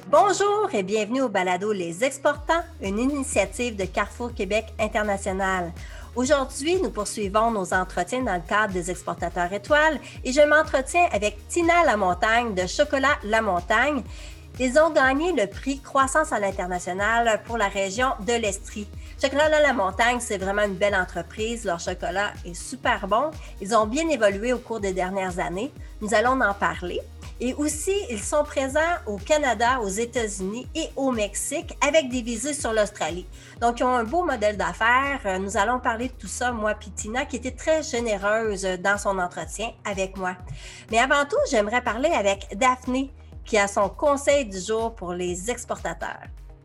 Bonjour et bienvenue au balado Les Exportants, une initiative de Carrefour Québec International. Aujourd'hui, nous poursuivons nos entretiens dans le cadre des exportateurs étoiles et je m'entretiens avec Tina Lamontagne de Chocolat Lamontagne. Ils ont gagné le prix Croissance à l'international pour la région de l'Estrie. Chocolat Lamontagne, c'est vraiment une belle entreprise. Leur chocolat est super bon. Ils ont bien évolué au cours des dernières années. Nous allons en parler. Et aussi, ils sont présents au Canada, aux États-Unis et au Mexique avec des visées sur l'Australie. Donc, ils ont un beau modèle d'affaires. Nous allons parler de tout ça, moi et Tina, qui était très généreuse dans son entretien avec moi. Mais avant tout, j'aimerais parler avec Daphné, qui a son conseil du jour pour les exportateurs.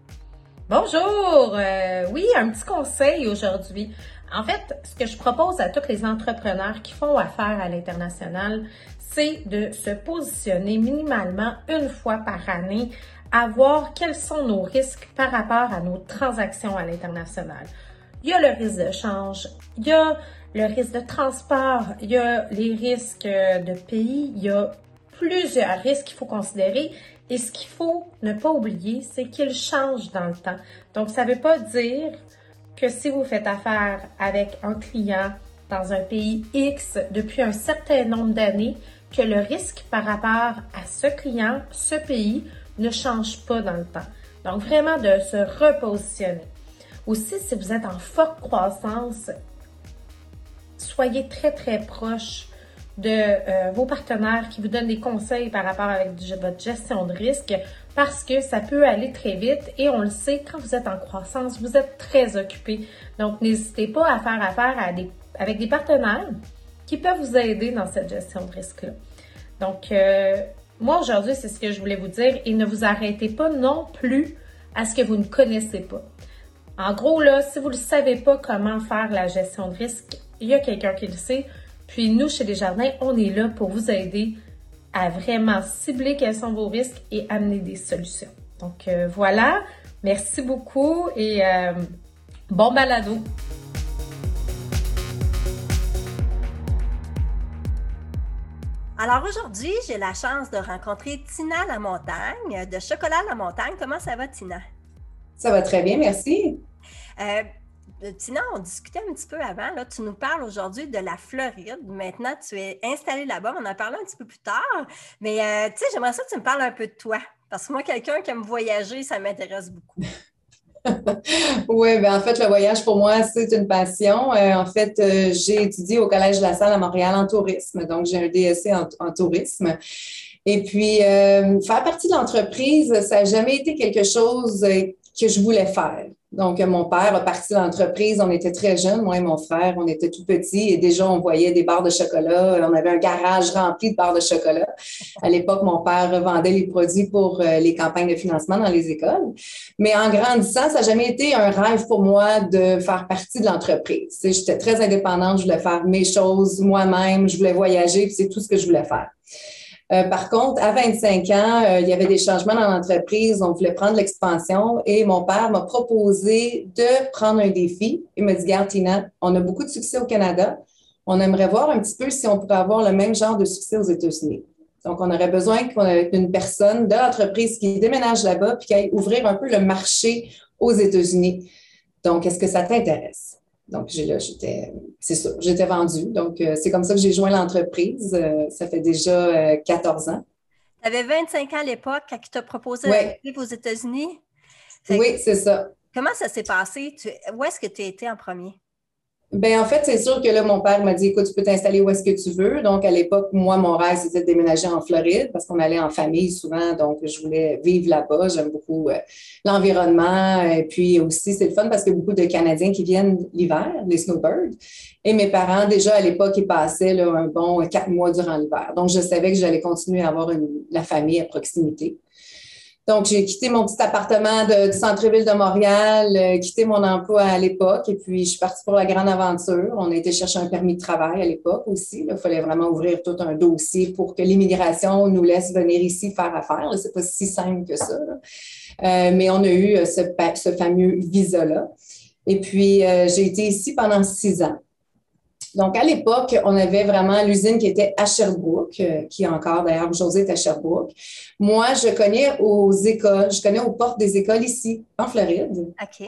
Bonjour! Oui, un petit conseil aujourd'hui. En fait, ce que je propose à tous les entrepreneurs qui font affaire à l'international, c'est de se positionner minimalement une fois par année à voir quels sont nos risques par rapport à nos transactions à l'international. Il y a le risque de change, il y a le risque de transport, il y a les risques de pays, il y a plusieurs risques qu'il faut considérer. Et ce qu'il faut ne pas oublier, c'est qu'ils changent dans le temps. Donc, ça ne veut pas dire que si vous faites affaire avec un client dans un pays X depuis un certain nombre d'années, que le risque par rapport à ce client, ce pays, ne change pas dans le temps. Donc, vraiment de se repositionner. Aussi, si vous êtes en forte croissance, soyez très, très proche de vos partenaires qui vous donnent des conseils par rapport avec votre gestion de risque parce que ça peut aller très vite et on le sait, quand vous êtes en croissance, vous êtes très occupé. Donc, n'hésitez pas à faire affaire avec des partenaires qui peuvent vous aider dans cette gestion de risque-là. Donc, moi, aujourd'hui, c'est ce que je voulais vous dire et ne vous arrêtez pas non plus à ce que vous ne connaissez pas. En gros, là, si vous ne savez pas comment faire la gestion de risque, il y a quelqu'un qui le sait. Puis nous, chez Desjardins, on est là pour vous aider à vraiment cibler quels sont vos risques et amener des solutions. Donc voilà, merci beaucoup et bon balado! Alors aujourd'hui, j'ai la chance de rencontrer Tina Lamontagne de Chocolat Lamontagne. Comment ça va, Tina? Ça va très bien, merci. Tina, on discutait un petit peu avant. Là, tu nous parles aujourd'hui de la Floride. Maintenant, tu es installée là-bas. On en parlera un petit peu plus tard. Mais tu sais, j'aimerais ça que tu me parles un peu de toi. Parce que moi, quelqu'un qui aime voyager, ça m'intéresse beaucoup. Oui, bien en fait, le voyage pour moi, c'est une passion. En fait, j'ai étudié au Collège de la Salle à Montréal en tourisme. Donc, j'ai un DSC en tourisme. Et puis, faire partie de l'entreprise, ça n'a jamais été quelque chose que je voulais faire. Donc, mon père a parti de l'entreprise, on était très jeunes, moi et mon frère, on était tout petits et déjà, on voyait des barres de chocolat. On avait un garage rempli de barres de chocolat. À l'époque, mon père vendait les produits pour les campagnes de financement dans les écoles. Mais en grandissant, ça n'a jamais été un rêve pour moi de faire partie de l'entreprise. J'étais très indépendante, je voulais faire mes choses moi-même, je voulais voyager, puis c'est tout ce que je voulais faire. Par contre, à 25 ans, il y avait des changements dans l'entreprise. On voulait prendre l'expansion et mon père m'a proposé de prendre un défi. Il m'a dit, regarde, Tina, on a beaucoup de succès au Canada. On aimerait voir un petit peu si on pourrait avoir le même genre de succès aux États-Unis. Donc, on aurait besoin d'une personne de l'entreprise qui déménage là-bas puis qui aille ouvrir un peu le marché aux États-Unis. Donc, est-ce que ça t'intéresse? Donc, j'étais vendue. Donc, c'est comme ça que j'ai joint l'entreprise. Ça fait déjà 14 ans. Tu avais 25 ans à l'époque quand il t'a proposé de vivre aux États-Unis? Oui, c'est ça. Comment ça s'est passé? Où est-ce que tu étais en premier? Ben en fait, c'est sûr que là, mon père m'a dit, écoute, tu peux t'installer où est-ce que tu veux. Donc, à l'époque, moi, mon rêve, c'était de déménager en Floride parce qu'on allait en famille souvent. Donc, je voulais vivre là-bas. J'aime beaucoup l'environnement. Et puis aussi, c'est le fun parce qu'il y a beaucoup de Canadiens qui viennent l'hiver, les snowbirds. Et mes parents, déjà, à l'époque, ils passaient là, un bon 4 mois durant l'hiver. Donc, je savais que j'allais continuer à avoir la famille à proximité. Donc, j'ai quitté mon petit appartement du centre-ville de Montréal, quitté mon emploi à l'époque et puis je suis partie pour la grande aventure. On a été chercher un permis de travail à l'époque aussi. Il fallait vraiment ouvrir tout un dossier pour que l'immigration nous laisse venir ici faire affaire. C'est pas si simple que ça. Mais on a eu ce fameux visa-là. Et puis, j'ai été ici pendant 6 ans. Donc, à l'époque, on avait vraiment l'usine qui était à Sherbrooke, qui encore, d'ailleurs, aujourd'hui est à Sherbrooke. Moi, je connais aux portes des écoles ici, en Floride. OK.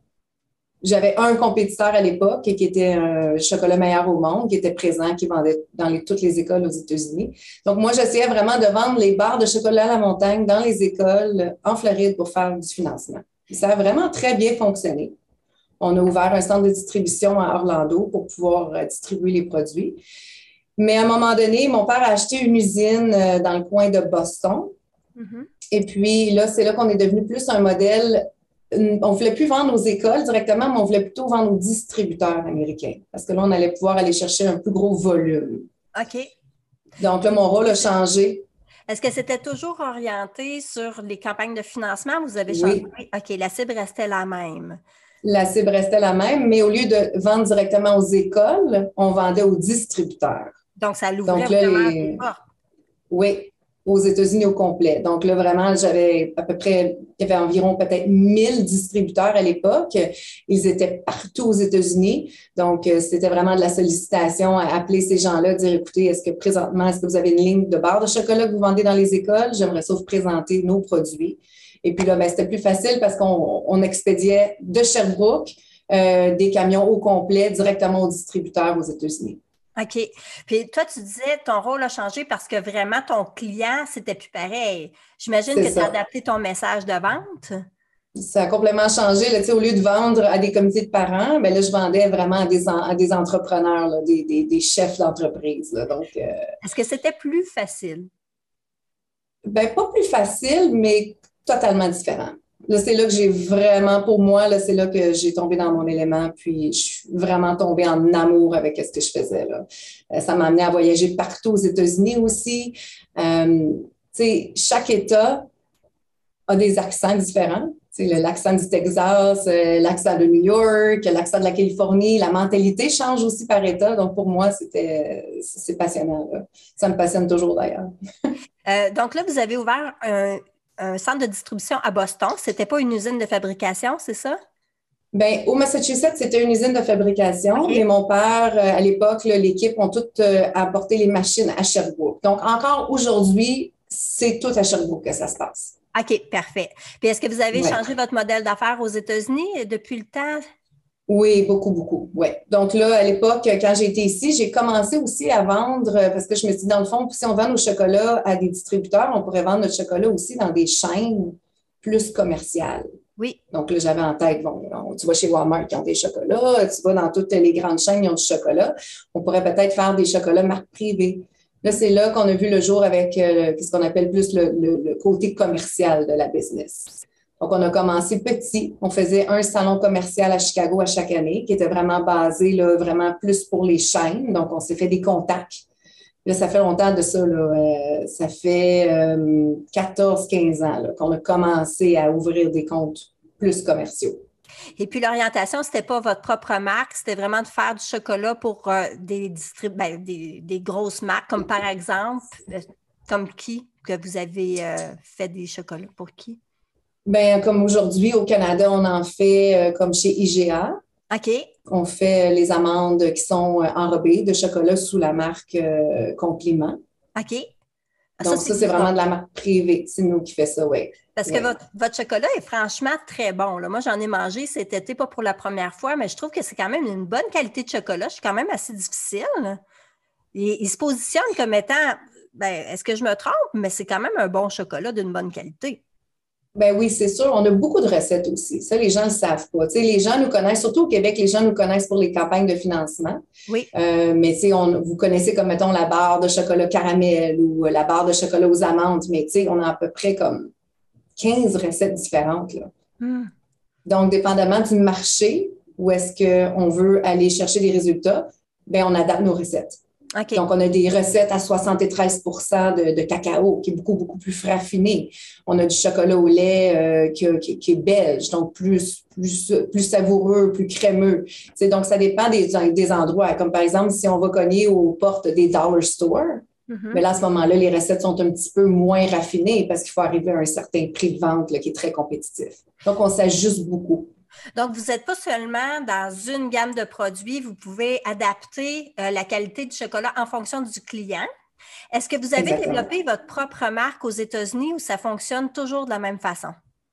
J'avais un compétiteur à l'époque qui était un chocolat meilleur au monde, qui était présent, qui vendait dans toutes les écoles aux États-Unis. Donc, moi, j'essayais vraiment de vendre les barres de chocolat à la montagne dans les écoles en Floride pour faire du financement. Et ça a vraiment très bien fonctionné. On a ouvert un centre de distribution à Orlando pour pouvoir distribuer les produits. Mais à un moment donné, mon père a acheté une usine dans le coin de Boston. Mm-hmm. Et puis là, c'est là qu'on est devenu plus un modèle. On ne voulait plus vendre aux écoles directement, mais on voulait plutôt vendre aux distributeurs américains. Parce que là, on allait pouvoir aller chercher un plus gros volume. OK. Donc là, mon rôle a changé. Est-ce que c'était toujours orienté sur les campagnes de financement? Vous avez changé? Oui. OK, la cible restait la même. La cible restait la même, mais au lieu de vendre directement aux écoles, on vendait aux distributeurs. Donc, ça l'ouvrait vraiment des portes. Oui, aux États-Unis au complet. Donc là, vraiment, j'avais à peu près, il y avait environ peut-être 1000 distributeurs à l'époque. Ils étaient partout aux États-Unis. Donc, c'était vraiment de la sollicitation à appeler ces gens-là, dire, écoutez, est-ce que vous avez une ligne de barres de chocolat que vous vendez dans les écoles? J'aimerais ça vous présenter nos produits. Et puis là, c'était plus facile parce qu'on expédiait de Sherbrooke des camions au complet directement aux distributeurs aux États-Unis. OK. Puis toi, tu disais ton rôle a changé parce que vraiment, ton client, c'était plus pareil. J'imagine que tu as adapté ton message de vente. Ça a complètement changé. Là, au lieu de vendre à des comités de parents, bien là, je vendais vraiment à des entrepreneurs, là, des chefs d'entreprise. Là, donc, est-ce que c'était plus facile? Bien, pas plus facile, mais totalement différent. Là, c'est là que j'ai vraiment, pour moi, là, c'est là que j'ai tombé dans mon élément, puis je suis vraiment tombée en amour avec ce que je faisais. Là. Ça m'a amené à voyager partout aux États-Unis aussi. Chaque État a des accents différents. L'accent du Texas, l'accent de New York, l'accent de la Californie, la mentalité change aussi par État. Donc, pour moi, c'est passionnant. Là. Ça me passionne toujours d'ailleurs. Donc là, vous avez ouvert un centre de distribution à Boston. C'était pas une usine de fabrication, c'est ça? Bien, au Massachusetts, c'était une usine de fabrication. Okay. Mais mon père, à l'époque, l'équipe ont toutes apporté les machines à Sherbrooke. Donc, encore aujourd'hui, c'est tout à Sherbrooke que ça se passe. OK, parfait. Puis, est-ce que vous avez changé votre modèle d'affaires aux États-Unis depuis le temps? Oui, beaucoup, beaucoup. Oui. Donc là, à l'époque, quand j'ai été ici, j'ai commencé aussi à vendre, parce que je me suis dit, dans le fond, si on vend nos chocolats à des distributeurs, on pourrait vendre notre chocolat aussi dans des chaînes plus commerciales. Oui. Donc là, j'avais en tête, tu vas chez Walmart, ils ont des chocolats, tu vas dans toutes les grandes chaînes, ils ont du chocolat. On pourrait peut-être faire des chocolats marque privée. Là, c'est là qu'on a vu le jour avec ce qu'on appelle plus le côté commercial de la business. Donc, on a commencé petit. On faisait un salon commercial à Chicago à chaque année qui était vraiment basé là, vraiment plus pour les chaînes. Donc, on s'est fait des contacts. Là, ça fait longtemps de ça. Là. Ça fait 14-15 ans là, qu'on a commencé à ouvrir des comptes plus commerciaux. Et puis, l'orientation, c'était pas votre propre marque, c'était vraiment de faire du chocolat pour des grosses marques, comme par exemple, comme qui que vous avez fait des chocolats pour qui? Bien, comme aujourd'hui, au Canada, on en fait comme chez IGA. OK. On fait les amandes qui sont enrobées de chocolat sous la marque Compliment. OK. Donc, ça, c'est vraiment de la marque privée. C'est nous qui fait ça, oui. Parce que votre chocolat est franchement très bon. Là. Moi, j'en ai mangé cet été, pas pour la première fois, mais je trouve que c'est quand même une bonne qualité de chocolat. Je suis quand même assez difficile. Et il se positionne comme étant, est-ce que je me trompe? Mais c'est quand même un bon chocolat d'une bonne qualité. Ben oui, c'est sûr. On a beaucoup de recettes aussi. Ça, les gens ne le savent pas. Tu sais, les gens nous connaissent, surtout au Québec, les gens nous connaissent pour les campagnes de financement. Oui. Mais tu sais, vous connaissez comme, mettons, la barre de chocolat caramel ou la barre de chocolat aux amandes. Mais tu sais, on a à peu près comme 15 recettes différentes. Là. Donc, dépendamment du marché où est-ce qu'on veut aller chercher des résultats, bien, on adapte nos recettes. Okay. Donc, on a des recettes à 73 % de cacao, qui est beaucoup, beaucoup plus raffiné. On a du chocolat au lait qui est belge, donc plus savoureux, plus crémeux. T'sais, donc, ça dépend des endroits. Comme par exemple, si on va cogner aux portes des dollar stores, mais là, à ce moment-là, les recettes sont un petit peu moins raffinées parce qu'il faut arriver à un certain prix de vente là, qui est très compétitif. Donc, on s'ajuste beaucoup. Donc, vous n'êtes pas seulement dans une gamme de produits, vous pouvez adapter la qualité du chocolat en fonction du client. Est-ce que vous avez Exactement. développé votre propre marque aux États-Unis ou ça fonctionne toujours de la même façon?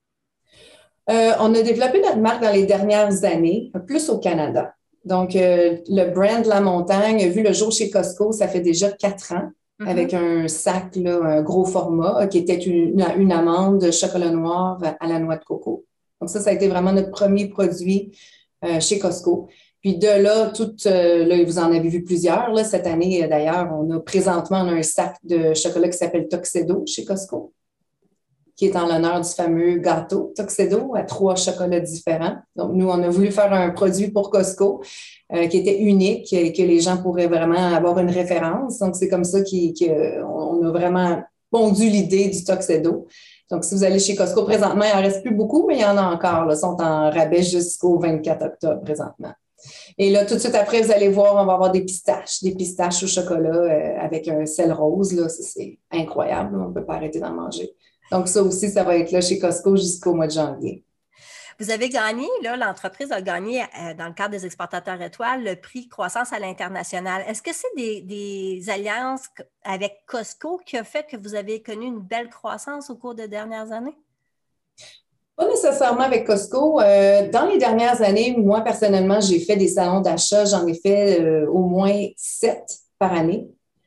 On a développé notre marque dans les dernières années, plus au Canada. Donc, le brand La Montagne a vu le jour chez Costco, ça fait déjà 4 ans, avec un sac, là, un gros format, qui était une amande de chocolat noir à la noix de coco. Donc, ça a été vraiment notre premier produit chez Costco. Puis de là, là, vous en avez vu plusieurs. Là, cette année, d'ailleurs, présentement on a un sac de chocolat qui s'appelle Tuxedo chez Costco, qui est en l'honneur du fameux gâteau Tuxedo à 3 chocolats différents. Donc, nous, on a voulu faire un produit pour Costco qui était unique et que les gens pourraient vraiment avoir une référence. Donc, c'est comme ça qu'on a vraiment pondu l'idée du Tuxedo. Donc, si vous allez chez Costco présentement, il n'en reste plus beaucoup, mais il y en a encore. Ils sont en rabais jusqu'au 24 octobre présentement. Et là, tout de suite après, vous allez voir, on va avoir des pistaches au chocolat avec un sel rose. Là, c'est incroyable. On ne peut pas arrêter d'en manger. Donc, ça aussi, ça va être là chez Costco jusqu'au mois de janvier. Vous avez gagné, là, l'entreprise a gagné dans le cadre des exportateurs étoiles le prix Croissance à l'international. Est-ce que c'est des alliances avec Costco qui a fait que vous avez connu une belle croissance au cours des dernières années? Pas nécessairement avec Costco. Dans les dernières années, moi, personnellement, j'ai fait des salons d'achat. J'en ai fait au moins 7 par année.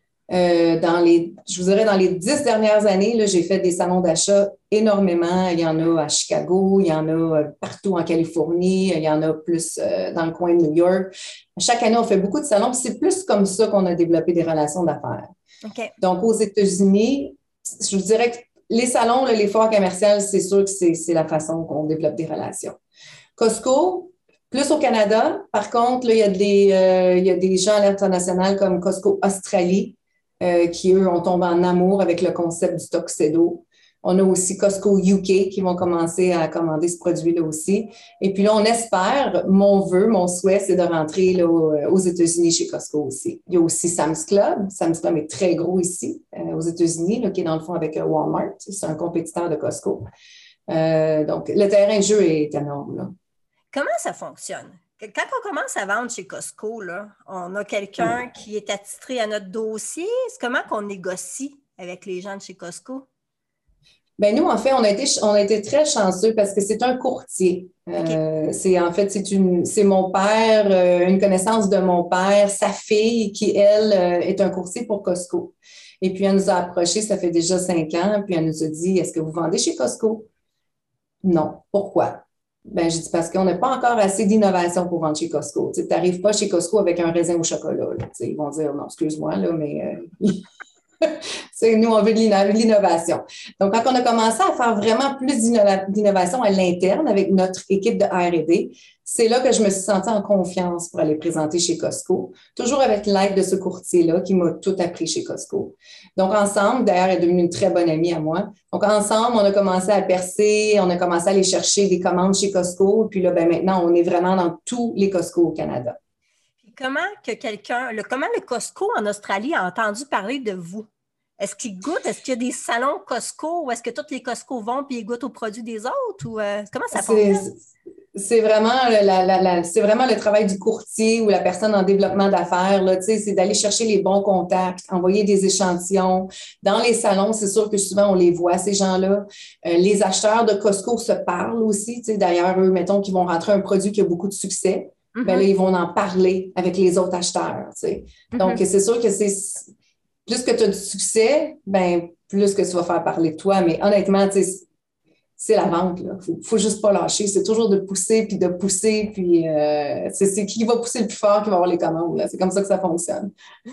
Je vous dirais, dans les 10 dernières années, là, j'ai fait des salons d'achat énormément. Il y en a à Chicago, il y en a partout en Californie, il y en a plus dans le coin de New York. Chaque année, on fait beaucoup de salons. C'est plus comme ça qu'on a développé des relations d'affaires. Okay. Donc, aux États-Unis, je vous dirais que les salons, là, les foires commerciales, c'est sûr que c'est la façon qu'on développe des relations. Costco, plus au Canada. Par contre, là, il y a des gens à l'international comme Costco Australie, qui, eux, ont tombé en amour avec le concept du Tuxedo. On a aussi Costco UK qui vont commencer à commander ce produit-là aussi. Et puis là, on espère, mon souhait, c'est de rentrer là, aux États-Unis chez Costco aussi. Il y a aussi Sam's Club. Sam's Club est très gros ici, aux États-Unis, là, qui est dans le fond avec Walmart. C'est un compétiteur de Costco. Donc, le terrain de jeu est énorme, là. Comment ça fonctionne? Quand on commence à vendre chez Costco, là, on a quelqu'un qui est attitré à notre dossier. C'est comment qu'on négocie avec les gens de chez Costco? Ben nous, en fait, on a été très chanceux parce que c'est un courtier. Okay. C'est mon père, une connaissance de mon père, sa fille, qui, elle, est un courtier pour Costco. Et puis, elle nous a approchés, ça fait déjà 5 ans, puis elle nous a dit, est-ce que vous vendez chez Costco? Non. Pourquoi? Ben, je dis parce qu'on n'a pas encore assez d'innovation pour vendre chez Costco. Tu n'arrives pas chez Costco avec un raisin au chocolat. Là. Ils vont dire, non, excuse-moi, là, mais nous, on veut de l'innovation. Donc, quand on a commencé à faire vraiment plus d'innovation à l'interne avec notre équipe de R&D, c'est là que je me suis sentie en confiance pour aller présenter chez Costco, toujours avec l'aide de ce courtier-là qui m'a tout appris chez Costco. Donc, ensemble, d'ailleurs, elle est devenue une très bonne amie à moi. Donc, ensemble, on a commencé à percer, on a commencé à aller chercher des commandes chez Costco. Puis là, ben, maintenant, on est vraiment dans tous les Costco au Canada. Comment le Costco en Australie a entendu parler de vous? Est-ce qu'ils goûtent? Est-ce qu'il y a des salons Costco ou est-ce que tous les Costco vont puis ils goûtent aux produits des autres? Ou comment ça fonctionne? C'est vraiment c'est vraiment le travail du courtier ou la personne en développement d'affaires. Là, c'est d'aller chercher les bons contacts, envoyer des échantillons. Dans les salons, c'est sûr que souvent, on les voit, ces gens-là. Les acheteurs de Costco se parlent aussi. D'ailleurs, eux, mettons qu'ils vont rentrer un produit qui a beaucoup de succès. Ben là, ils vont en parler avec les autres acheteurs. Donc, c'est sûr que plus que tu as du succès, ben plus que tu vas faire parler de toi. Mais honnêtement, c'est la vente. Il faut juste pas lâcher. C'est toujours de pousser, puis de pousser. Puis c'est qui va pousser le plus fort qui va avoir les commandes. Là. C'est comme ça que ça fonctionne.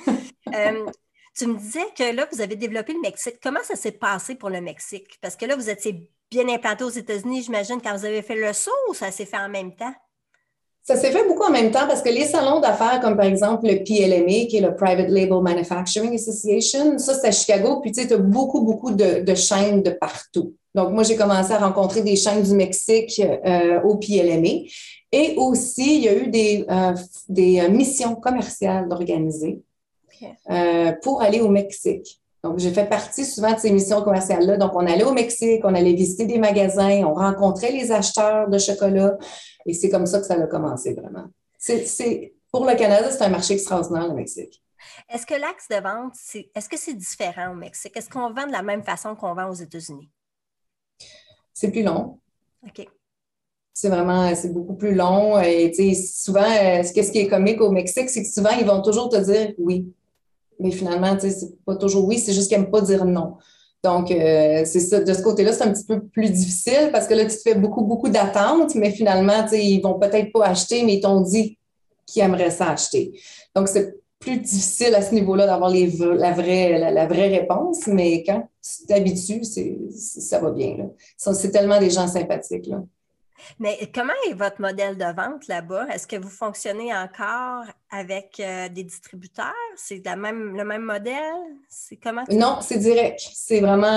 Tu me disais que là, vous avez développé le Mexique. Comment ça s'est passé pour le Mexique? Parce que là, vous étiez bien implanté aux États-Unis, j'imagine, quand vous avez fait le saut, ou ça s'est fait en même temps? Ça s'est fait beaucoup en même temps parce que les salons d'affaires, comme par exemple le PLMA, qui est le Private Label Manufacturing Association, ça, c'est à Chicago. Puis, tu sais, tu as beaucoup de chaînes de partout. Donc, moi, j'ai commencé à rencontrer des chaînes du Mexique au PLMA. Et aussi, il y a eu des missions commerciales organisées pour aller au Mexique. Donc, j'ai fait partie souvent de ces missions commerciales-là. Donc, on allait au Mexique, on allait visiter des magasins, on rencontrait les acheteurs de chocolat. Et c'est comme ça que ça a commencé, vraiment. Pour le Canada, c'est un marché extraordinaire, le Mexique. Est-ce que l'axe de vente, est-ce que c'est différent au Mexique? Est-ce qu'on vend de la même façon qu'on vend aux États-Unis? C'est plus long. OK. C'est beaucoup plus long. Et tu sais, souvent, ce qui est comique au Mexique, c'est que souvent, ils vont toujours te dire oui. Mais finalement, tu sais, c'est pas toujours oui, c'est juste qu'ils n'aiment pas dire non. Donc, c'est ça. De ce côté-là, c'est un petit peu plus difficile parce que là, tu te fais beaucoup, beaucoup d'attentes, mais finalement, tu sais, ils vont peut-être pas acheter, mais ils t'ont dit qu'ils aimeraient ça acheter. Donc, c'est plus difficile à ce niveau-là d'avoir la vraie réponse, mais quand tu t'habitues, ça va bien, là. C'est tellement des gens sympathiques, là. Mais comment est votre modèle de vente là-bas? Est-ce que vous fonctionnez encore avec des distributeurs? C'est le même modèle? C'est comment tu... Non, c'est direct. C'est vraiment,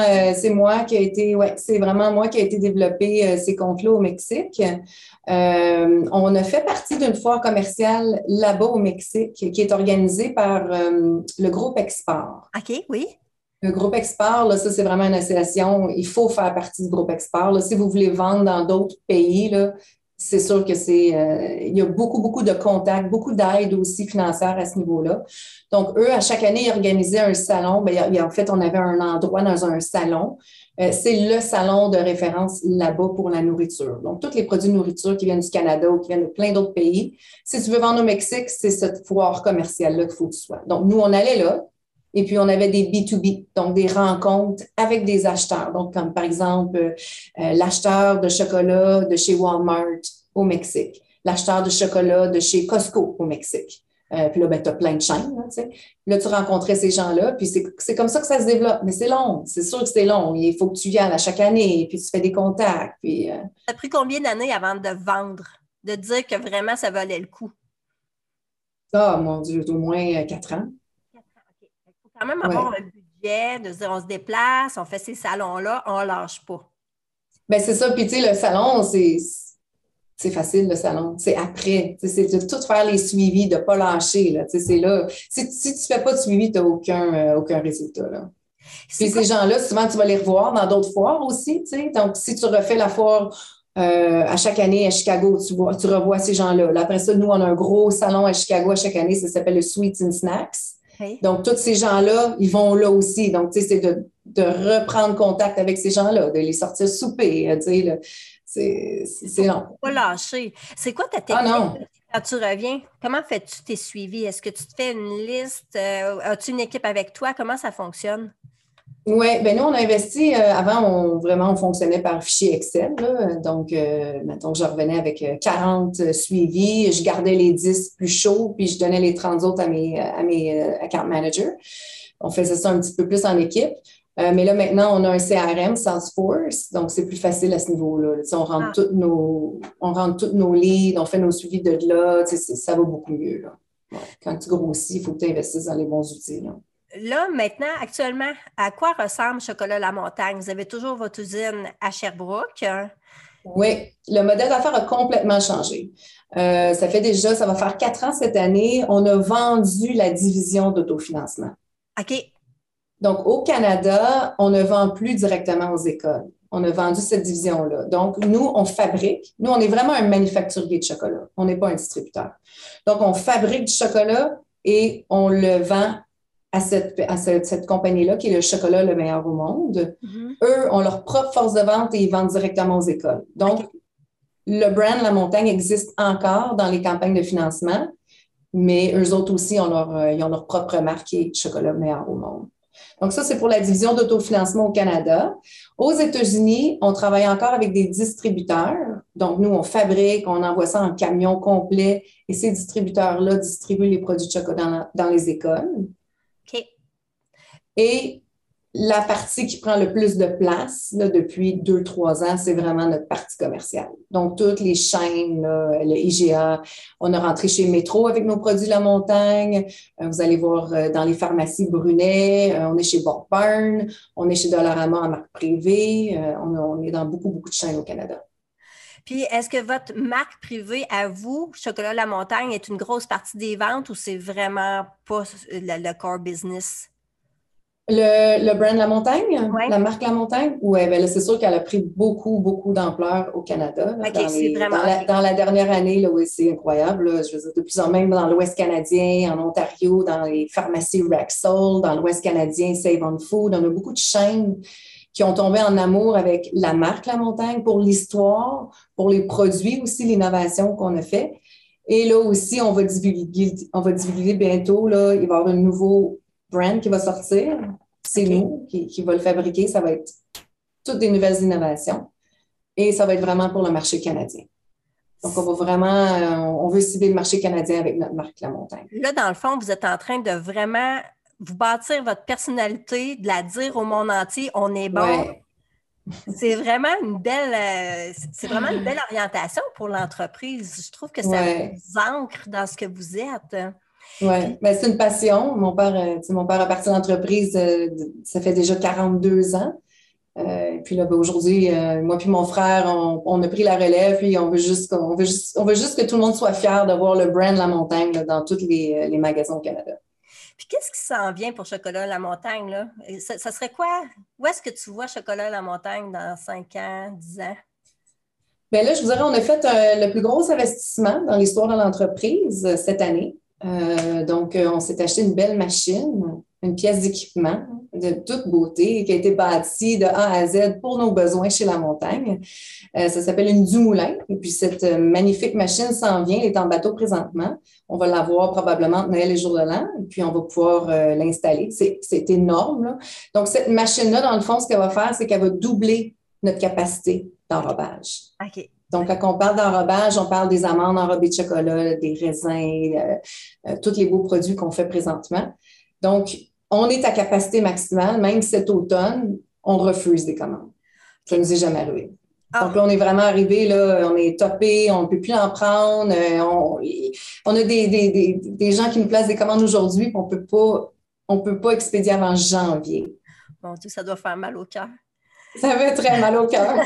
c'est vraiment moi qui a été développé ces comptes-là au Mexique. On a fait partie d'une foire commerciale là-bas au Mexique qui est organisée par le groupe Export. OK, oui. Le groupe Export, là, ça, c'est vraiment une association. Il faut faire partie du groupe Export. Là. Si vous voulez vendre dans d'autres pays, là, c'est sûr que il y a beaucoup, beaucoup de contacts, beaucoup d'aide aussi financière à ce niveau-là. Donc, eux, à chaque année, ils organisaient un salon. En fait, on avait un endroit dans un salon. C'est le salon de référence là-bas pour la nourriture. Donc, tous les produits de nourriture qui viennent du Canada ou qui viennent de plein d'autres pays. Si tu veux vendre au Mexique, c'est cette foire commerciale-là qu'il faut que tu sois. Donc, nous, on allait là. Et puis, on avait des B2B, donc des rencontres avec des acheteurs. Donc, comme par exemple, l'acheteur de chocolat de chez Walmart au Mexique, l'acheteur de chocolat de chez Costco au Mexique. Puis là, tu as plein de chaînes. Là, tu sais. Là, tu rencontrais ces gens-là, puis c'est comme ça que ça se développe. Mais c'est long, c'est sûr que c'est long. Il faut que tu viennes à chaque année, puis tu fais des contacts. Puis, Ça a pris combien d'années avant de vendre, de dire que vraiment ça valait le coup? Ah, mon Dieu, au moins 4 ans. Il faut quand même avoir un budget, de se dire on se déplace, on fait ces salons-là, on ne lâche pas. Ben c'est ça. Puis, tu sais, le salon, c'est facile, le salon. C'est après. C'est de tout faire les suivis, de ne pas lâcher. Là. C'est là. Si tu ne fais pas de suivi, tu n'as aucun résultat. Là. Puis ces gens-là, souvent, tu vas les revoir dans d'autres foires aussi. T'sais. Donc, si tu refais la foire à chaque année à Chicago, tu revois ces gens-là. Là, après ça, nous, on a un gros salon à Chicago à chaque année. Ça s'appelle le Sweets and Snacks. Oui. Donc, tous ces gens-là, ils vont là aussi. Donc, tu sais, c'est de reprendre contact avec ces gens-là, de les sortir souper. Tu sais, là. C'est long. Pas lâcher. C'est quoi ta technique quand tu reviens? Comment fais-tu tes suivis? Est-ce que tu te fais une liste? As-tu une équipe avec toi? Comment ça fonctionne? Oui, bien nous, on a investi, avant, on fonctionnait par fichier Excel. Là. Donc, mettons que je revenais avec 40 suivis, je gardais les 10 plus chauds, puis je donnais les 30 autres à mes account managers. On faisait ça un petit peu plus en équipe. Mais là, maintenant, on a un CRM, Salesforce, donc c'est plus facile à ce niveau-là. On rentre tous nos leads, on fait nos suivis de là, ça va beaucoup mieux. Là. Ouais. Quand tu grossis, il faut que tu investisses dans les bons outils. Là, maintenant, actuellement, à quoi ressemble Chocolat La Montagne? Vous avez toujours votre usine à Sherbrooke? Oui, le modèle d'affaires a complètement changé. Ça va faire 4 ans cette année. On a vendu la division d'autofinancement. OK. Donc, au Canada, on ne vend plus directement aux écoles. On a vendu cette division-là. Donc, nous, on fabrique. Nous, on est vraiment un manufacturier de chocolat. On n'est pas un distributeur. Donc, on fabrique du chocolat et on le vend à cette compagnie-là, qui est le chocolat le meilleur au monde. Mm-hmm. Eux ont leur propre force de vente et ils vendent directement aux écoles. Donc, le brand La Montagne existe encore dans les campagnes de financement, mais eux autres aussi, ils ont leur propre marque qui est chocolat meilleur au monde. Donc, ça, c'est pour la division d'autofinancement au Canada. Aux États-Unis, on travaille encore avec des distributeurs. Donc, nous, on fabrique, on envoie ça en camion complet et ces distributeurs-là distribuent les produits de chocolat dans les écoles. OK. Et la partie qui prend le plus de place là, depuis 2-3 ans, c'est vraiment notre partie commerciale. Donc, toutes les chaînes, là, le IGA, on a rentré chez Métro avec nos produits La Montagne. Vous allez voir dans les pharmacies Brunet, on est chez Bob Burn, on est chez Dollarama en marque privée. On est dans beaucoup, beaucoup de chaînes au Canada. Puis, est-ce que votre marque privée à vous, Chocolat La Montagne, est une grosse partie des ventes ou c'est vraiment pas le core business? Le brand La Montagne, Oui. la marque La Montagne, ouais, ben là, c'est sûr qu'elle a pris beaucoup, beaucoup d'ampleur au Canada. Là, OK, c'est vraiment. OK. dans la dernière année, là, oui, c'est incroyable. Là, je veux dire, de plus en même dans l'Ouest canadien, en Ontario, dans les pharmacies Rexall, dans l'Ouest canadien, Save on Food. On a beaucoup de chaînes qui ont tombé en amour avec la marque La Montagne pour l'histoire, pour les produits aussi, l'innovation qu'on a fait. Et là aussi, on va divulguer bientôt, là, il va y avoir un nouveau brand qui va sortir. C'est OK. nous qui va le fabriquer. Ça va être toutes des nouvelles innovations et ça va être vraiment pour le marché canadien. Donc, on va vraiment, on veut cibler le marché canadien avec notre marque La Montagne. Là, dans le fond, vous êtes en train de vraiment vous bâtir votre personnalité, de la dire au monde entier, on est bon. Ouais, C'est vraiment une belle orientation pour l'entreprise. Je trouve que ça ouais, vous ancre dans ce que vous êtes. ouais. Puis, Ben, c'est une passion. Mon père a parti de l'entreprise, ça fait déjà 42 ans. Puis là, ben, aujourd'hui, moi puis mon frère, on a pris la relève, puis on veut juste que tout le monde soit fier de voir le brand La Montagne là, dans tous les magasins au Canada. puis qu'est-ce qui s'en vient pour Chocolat La Montagne, là? Ça serait quoi? Où est-ce que tu vois Chocolat La Montagne dans 5 ans, 10 ans? Bien là, je vous dirais, on a fait le plus gros investissement dans l'histoire de l'entreprise cette année. On s'est acheté une belle machine, une pièce d'équipement de toute beauté qui a été bâtie de A à Z pour nos besoins chez La Montagne. Ça s'appelle une Dumoulin. Et puis, cette magnifique machine s'en vient, elle est en bateau présentement. On va l'avoir probablement entre Noël et Jour de l'An. Et puis, on va pouvoir l'installer. C'est énorme, là. Donc, cette machine-là, dans le fond, ce qu'elle va faire, c'est qu'elle va doubler notre capacité d'enrobage. OK. Donc, quand on parle d'enrobage, on parle des amandes enrobées de chocolat, des raisins, tous les beaux produits qu'on fait présentement. Donc, on est à capacité maximale. Même cet automne, on refuse des commandes. Ça ne nous est jamais arrivé. Ah, Donc là, on est vraiment arrivé, là, on est topé, on ne peut plus en prendre. On a des gens qui nous placent des commandes aujourd'hui, puis on peut pas expédier avant janvier. mon Dieu, ça doit faire mal au cœur. Ça fait très mal au cœur.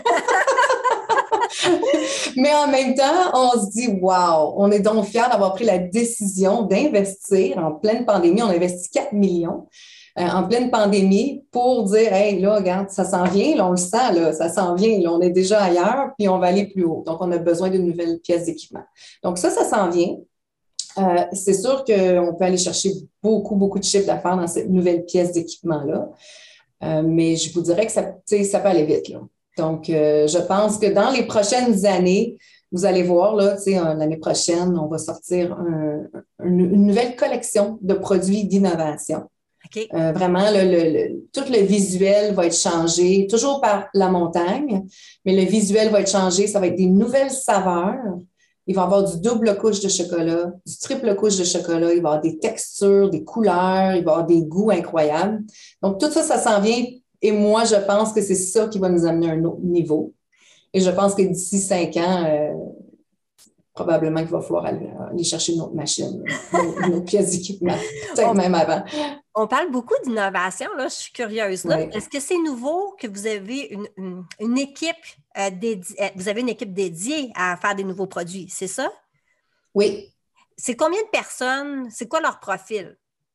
Mais en même temps, on se dit, wow, on est donc fiers d'avoir pris la décision d'investir en pleine pandémie. On a investi 4 millions en pleine pandémie pour dire, hey, là, regarde, ça s'en vient, là, on le sent, là, ça s'en vient, là, on est déjà ailleurs, puis on va aller plus haut. Donc, on a besoin d'une nouvelle pièce d'équipement. Donc, ça s'en vient. C'est sûr qu'on peut aller chercher beaucoup, beaucoup de chiffres d'affaires dans cette nouvelle pièce d'équipement-là. Mais je vous dirais que ça peut aller vite, là. Donc, je pense que dans les prochaines années, vous allez voir, là, l'année prochaine, on va sortir une nouvelle collection de produits d'innovation. OK. Vraiment, tout le visuel va être changé, toujours par La Montagne, mais le visuel va être changé. Ça va être des nouvelles saveurs. Il va y avoir du double couche de chocolat, du triple couche de chocolat. Il va y avoir des textures, des couleurs, il va y avoir des goûts incroyables. Donc, tout ça, ça s'en vient. Et moi, je pense que c'est ça qui va nous amener à un autre niveau. Et je pense que d'ici 5 ans, probablement qu'il va falloir aller chercher une autre machine, une autre pièce d'équipement, peut-être même avant. On parle beaucoup d'innovation, là, je suis curieuse. Là. Oui. Est-ce que c'est nouveau que vous avez une équipe vous avez une équipe dédiée à faire des nouveaux produits, c'est ça? Oui. C'est combien de personnes? C'est quoi leur profil?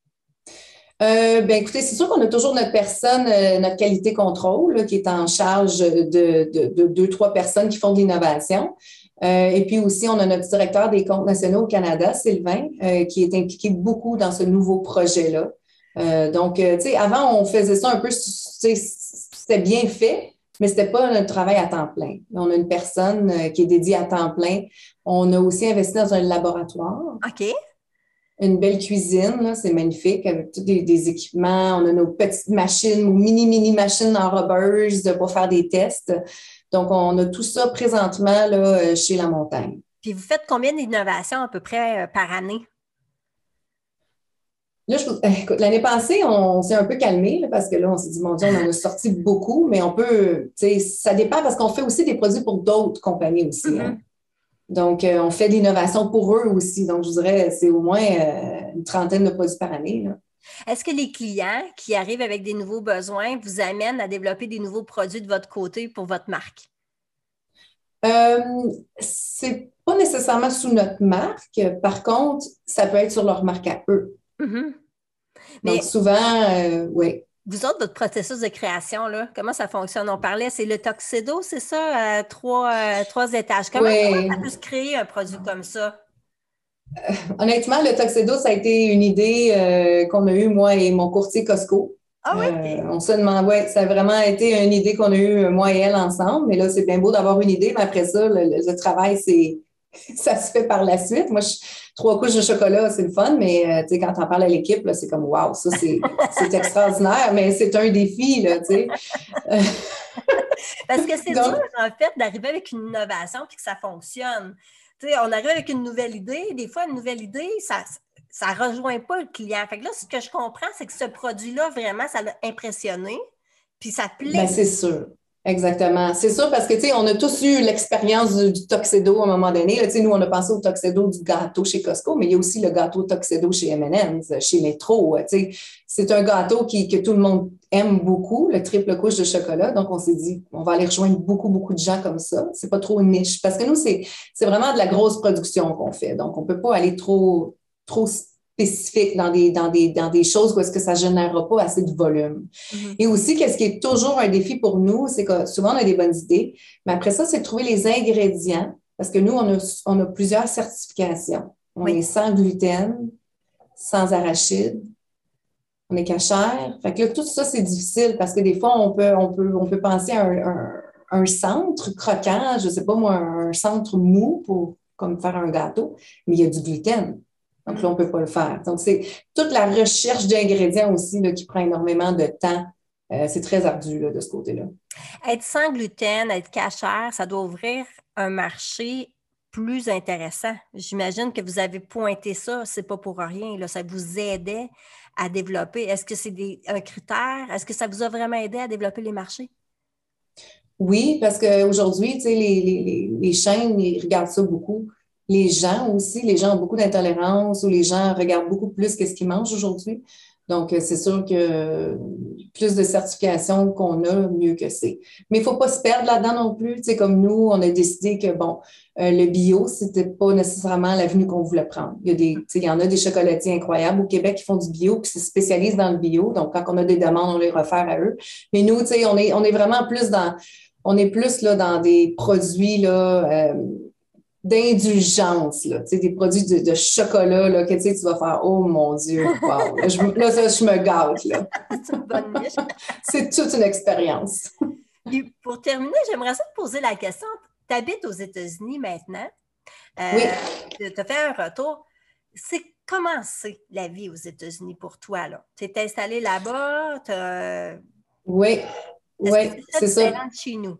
Ben écoutez, c'est sûr qu'on a toujours notre personne, notre qualité contrôle, là, qui est en charge de 2, 3 personnes qui font de l'innovation. Et puis aussi, on a notre directeur des comptes nationaux au Canada, Sylvain, qui est impliqué beaucoup dans ce nouveau projet-là. Donc, tu sais, avant, on faisait ça un peu, c'était bien fait, mais c'était pas un travail à temps plein. On a une personne qui est dédiée à temps plein. On a aussi investi dans un laboratoire. OK. Une belle cuisine, là, c'est magnifique, avec tous des équipements. On a nos petites machines, nos mini machines enrobeuses pour faire des tests. Donc, on a tout ça présentement là, chez La Montagne. Puis vous faites combien d'innovations à peu près par année? Là, écoute, l'année passée, on s'est un peu calmé là, parce que là, on s'est dit, mon Dieu, on en a sorti beaucoup, mais on peut, tu sais, ça dépend parce qu'on fait aussi des produits pour d'autres compagnies aussi. Mm-hmm. Hein. Donc, on fait de l'innovation pour eux aussi. Donc, je vous dirais, c'est au moins une 30aine de produits par année. Là. Est-ce que les clients qui arrivent avec des nouveaux besoins vous amènent à développer des nouveaux produits de votre côté pour votre marque? C'est pas nécessairement sous notre marque. Par contre, ça peut être sur leur marque à eux. Mm-hmm. Mais donc, souvent, oui. Vous autres, votre processus de création, là, comment ça fonctionne? On parlait, c'est le Tuxedo, c'est ça? Trois étages. Comment ça Oui, peut se créer un produit comme ça? honnêtement, le Tuxedo, ça a été une idée qu'on a eue, moi et mon courtier Costco. Ah oui? On se demande, ouais, ça a vraiment été une idée qu'on a eue, moi et elle, ensemble. Mais là, c'est bien beau d'avoir une idée, mais après ça, le travail, ça se fait par la suite. Moi, 3 couches de chocolat, c'est le fun, mais tu sais, quand on parle à l'équipe, là, c'est comme, waouh, ça, c'est extraordinaire, mais c'est un défi, là, tu sais. Parce que c'est dur, Donc, en fait, d'arriver avec une innovation puis que ça fonctionne. Tu sais, on arrive avec une nouvelle idée. Des fois, une nouvelle idée, ça rejoint pas le client. Fait que là, ce que je comprends, c'est que ce produit-là, vraiment, ça l'a impressionné, puis ça ben, plaît. c'est sûr. Exactement. C'est sûr parce que, tu sais, on a tous eu l'expérience du Tuxedo à un moment donné. Là, tu sais, nous, on a pensé au Tuxedo du gâteau chez Costco, mais il y a aussi le gâteau Tuxedo chez M&M's, chez Metro. Tu sais, c'est un gâteau que tout le monde aime beaucoup, le triple couche de chocolat. Donc, on s'est dit, on va aller rejoindre beaucoup, beaucoup de gens comme ça. C'est pas trop niche. Parce que nous, c'est vraiment de la grosse production qu'on fait. Donc, on peut pas aller trop spécifique dans des choses où est-ce que ça générera pas assez de volume. Mhm. Et aussi, qu'est-ce qui est toujours un défi pour nous, c'est que souvent, on a des bonnes idées, mais après ça, c'est de trouver les ingrédients, parce que nous, on a plusieurs certifications. On Oui. est sans gluten, sans arachide, on est cachère. Fait que là, tout ça, c'est difficile parce que des fois, on peut penser à un centre croquant, je sais pas moi, un centre mou pour comme faire un gâteau, mais il y a du gluten. Donc là, on ne peut pas le faire. Donc, c'est toute la recherche d'ingrédients aussi là, qui prend énormément de temps. C'est très ardu là, de ce côté-là. Être sans gluten, être cachère, ça doit ouvrir un marché plus intéressant. J'imagine que vous avez pointé ça, c'est pas pour rien, là, ça vous aidait à développer. Est-ce que c'est un critère? Est-ce que ça vous a vraiment aidé à développer les marchés? Oui, parce qu'aujourd'hui, tu sais, les chaînes, ils regardent ça beaucoup. Les gens aussi, les gens ont beaucoup d'intolérance ou les gens regardent beaucoup plus qu'est-ce qu'ils mangent aujourd'hui. Donc, c'est sûr que plus de certification qu'on a, mieux que c'est. Mais il ne faut pas se perdre là-dedans non plus. Tu sais, comme nous, on a décidé que, bon, le bio, c'était pas nécessairement l'avenue qu'on voulait prendre. Tu sais, il y en a des chocolatiers incroyables au Québec qui font du bio, qui se spécialisent dans le bio. Donc, quand on a des demandes, on les réfère à eux. Mais nous, tu sais, on est vraiment plus on est plus là, dans des produits là, d'indulgence, là, tu sais, des produits de chocolat là, que tu sais, tu vas faire «Oh mon Dieu, wow! » Là, ça, je me gâte. Là. C'est une bonne niche. C'est toute une expérience. Puis pour terminer, j'aimerais ça te poser la question. Tu habites aux États-Unis maintenant. Oui, Tu as fait un retour. Comment c'est la vie aux États-Unis pour toi, là? Tu es installé là-bas? oui, Est-ce que oui, c'est très c'est ça. différent de chez nous?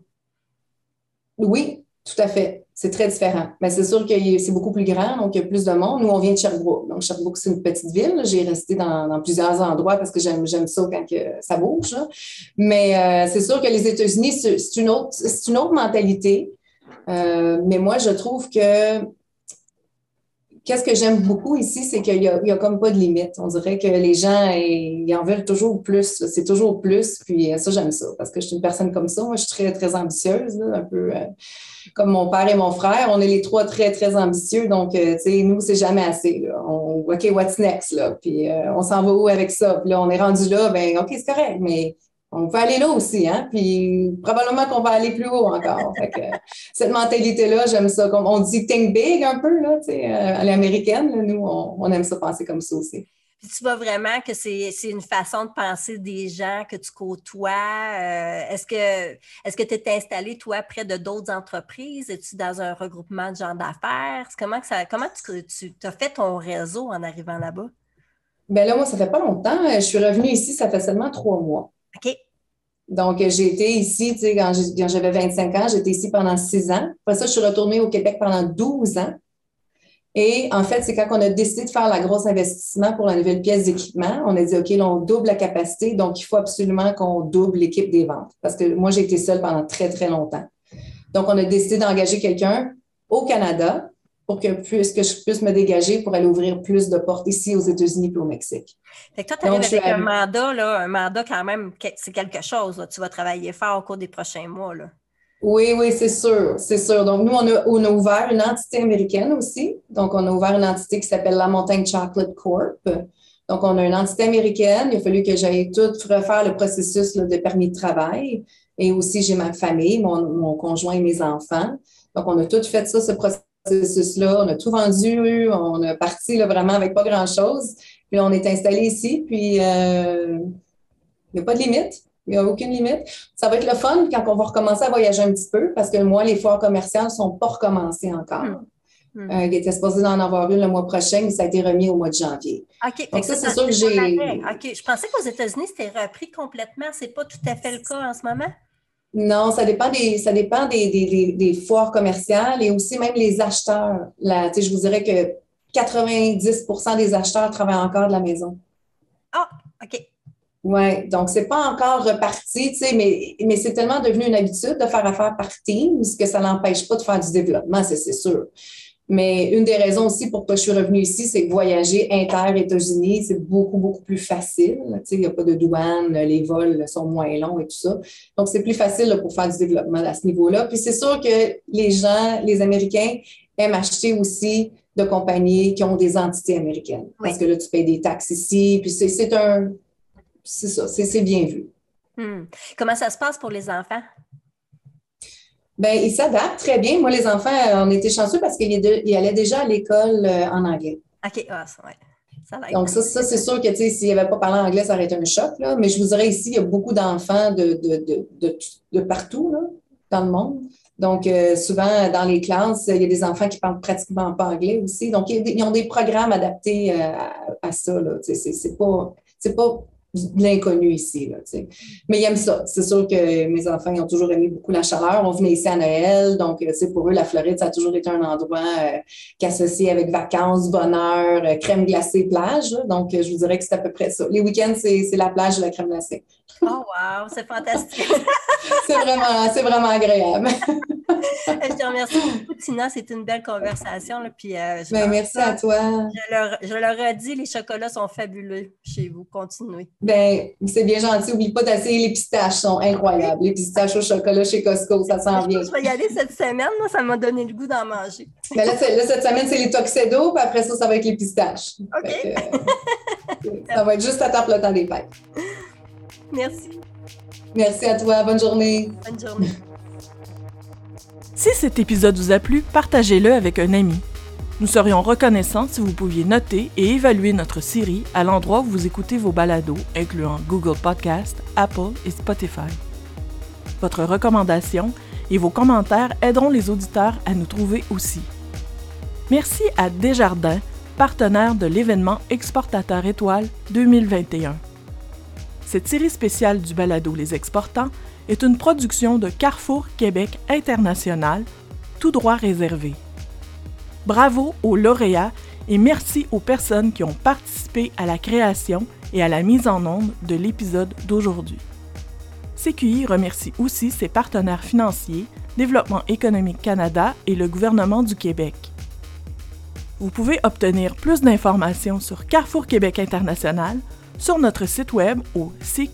Oui, tout à fait. C'est très différent. Mais c'est sûr que c'est beaucoup plus grand, donc il y a plus de monde. Nous, on vient de Sherbrooke. Donc, Sherbrooke, c'est une petite ville. J'ai resté dans plusieurs endroits parce que j'aime ça quand ça bouge. Là. Mais c'est sûr que les États-Unis, c'est une autre mentalité. Mais moi, je trouve que qu'est-ce que j'aime beaucoup ici, c'est qu'il y a comme pas de limite. On dirait que les gens, ils en veulent toujours plus. C'est toujours plus. Puis ça, j'aime ça parce que je suis une personne comme ça. Moi, je suis très, très ambitieuse, là, un peu comme mon père et mon frère. On est les trois très, très ambitieux. Donc, tu sais, nous, c'est jamais assez. Là. OK, what's next? Là? Puis on s'en va où avec ça? Puis là, on est rendu là, ben OK, c'est correct, mais on peut aller là aussi, hein? Puis probablement qu'on va aller plus haut encore. Fait que, cette mentalité-là, j'aime ça. Comme on dit think big un peu, là, tu sais, à l'américaine. Là, nous, on aime ça penser comme ça aussi. Puis tu vois vraiment que c'est une façon de penser des gens que tu côtoies. Est-ce que tu es installé, toi, près de d'autres entreprises? Es-tu dans un regroupement de gens d'affaires? Comment tu as fait ton réseau en arrivant là-bas? Ben là, moi, ça fait pas longtemps. Je suis revenue ici, ça fait seulement 3 mois. OK. Donc, j'ai été ici, tu sais, quand j'avais 25 ans, j'étais ici pendant 6 ans. Après ça, je suis retournée au Québec pendant 12 ans. Et en fait, c'est quand on a décidé de faire la grosse investissement pour la nouvelle pièce d'équipement, on a dit, OK, là, on double la capacité, donc il faut absolument qu'on double l'équipe des ventes. Parce que moi, j'ai été seule pendant très, très longtemps. Donc, on a décidé d'engager quelqu'un au Canada pour que je puisse me dégager pour aller ouvrir plus de portes ici aux États-Unis et au Mexique. Fait que toi, tu Donc, arrives je suis avec un arrivée. mandat, là, un mandat quand même, c'est quelque chose. Là. Tu vas travailler fort au cours des prochains mois. Là. Oui, oui, c'est sûr, c'est sûr. Donc, nous, on a ouvert une entité américaine aussi. Donc, on a ouvert une entité qui s'appelle La Montagne Chocolate Corp. Donc, on a une entité américaine. Il a fallu que j'aille tout refaire le processus là, de permis de travail. Et aussi, j'ai ma famille, mon conjoint et mes enfants. Donc, on a tout fait ça, ce processus-là. On a tout vendu. On a parti là, vraiment avec pas grand-chose. Puis là, on est installé ici. Puis, il n'y a pas de limite. Il n'y a aucune limite. Ça va être le fun quand on va recommencer à voyager un petit peu parce que moi, les foires commerciales ne sont pas recommencées encore. Il était supposé d'en avoir une le mois prochain, mais ça a été remis au mois de janvier. OK. Donc, ça, c'est sûr que j'ai... OK. Je pensais qu'aux États-Unis, c'était repris complètement. C'est pas tout à fait le cas en ce moment? Non, ça dépend des foires commerciales et aussi même les acheteurs. Là, je vous dirais que 90% des acheteurs travaillent encore de la maison. Ah, OK. Oui, donc c'est pas encore reparti, mais c'est tellement devenu une habitude de faire affaire par Teams que ça n'empêche pas de faire du développement, c'est sûr. Mais une des raisons aussi pourquoi je suis revenue ici, c'est que voyager inter-États-Unis, c'est beaucoup, beaucoup plus facile. Il n'y a pas de douane, les vols sont moins longs et tout ça. Donc, c'est plus facile là, pour faire du développement à ce niveau-là. Puis c'est sûr que les gens, les Américains, aiment acheter aussi de compagnies qui ont des entités américaines. Oui. Parce que là, tu payes des taxes ici, puis c'est ça, c'est bien vu. Comment ça se passe pour les enfants? Bien, ils s'adaptent très bien. Moi, les enfants, on était chanceux parce qu'ils allaient déjà à l'école en anglais. OK, ça, ouais. Donc, ça c'est sûr que, s'ils n'avaient pas parlé anglais, ça aurait été un choc, là. Mais je vous dirais ici, il y a beaucoup d'enfants de partout, là, dans le monde. Donc, souvent, dans les classes, il y a des enfants qui parlent pratiquement pas anglais aussi. Donc, ils ont des programmes adaptés à ça, là. C'est pas de l'inconnu ici, là, mais ils aiment ça. C'est sûr que mes enfants, ils ont toujours aimé beaucoup la chaleur. On venait ici à Noël, donc, pour eux, la Floride, ça a toujours été un endroit qui est associé avec vacances, bonheur, crème glacée, plage, là. Donc, je vous dirais que c'est à peu près ça. Les week-ends, c'est la plage et la crème glacée. Oh, wow! C'est fantastique! c'est vraiment agréable. Je te remercie beaucoup, Tina. C'est une belle conversation. Là, puis, merci à toi. Je leur redis, les chocolats sont fabuleux chez vous. Continuez. Bien, c'est bien gentil. N'oublie pas d'essayer les pistaches. Sont incroyables. Les pistaches au chocolat chez Costco, ça sent bien. Je vais y aller cette semaine. Moi, ça m'a donné le goût d'en manger. Mais là, cette semaine, c'est les Tuxedo, puis après ça va être les pistaches. OK. Ça va être juste à temps le temps des fêtes. Merci. Merci à toi. Bonne journée. Bonne journée. Si cet épisode vous a plu, partagez-le avec un ami. Nous serions reconnaissants si vous pouviez noter et évaluer notre série à l'endroit où vous écoutez vos balados, incluant Google Podcast, Apple et Spotify. Votre recommandation et vos commentaires aideront les auditeurs à nous trouver aussi. Merci à Desjardins, partenaire de l'événement Exportateur Étoile 2021. Cette série spéciale du balado Les Exportants est une production de Carrefour Québec International, tout droit réservé. Bravo aux lauréats et merci aux personnes qui ont participé à la création et à la mise en onde de l'épisode d'aujourd'hui. CQI remercie aussi ses partenaires financiers, Développement économique Canada et le gouvernement du Québec. Vous pouvez obtenir plus d'informations sur Carrefour Québec International sur notre site web au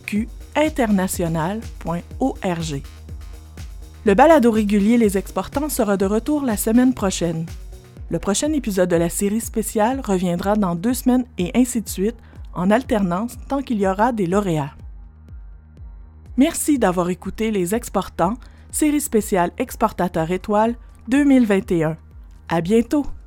cqinternational.org. Le balado régulier Les Exportants sera de retour la semaine prochaine. Le prochain épisode de la série spéciale reviendra dans 2 semaines et ainsi de suite, en alternance tant qu'il y aura des lauréats. Merci d'avoir écouté Les Exportants, série spéciale Exportateur Étoile 2021. À bientôt!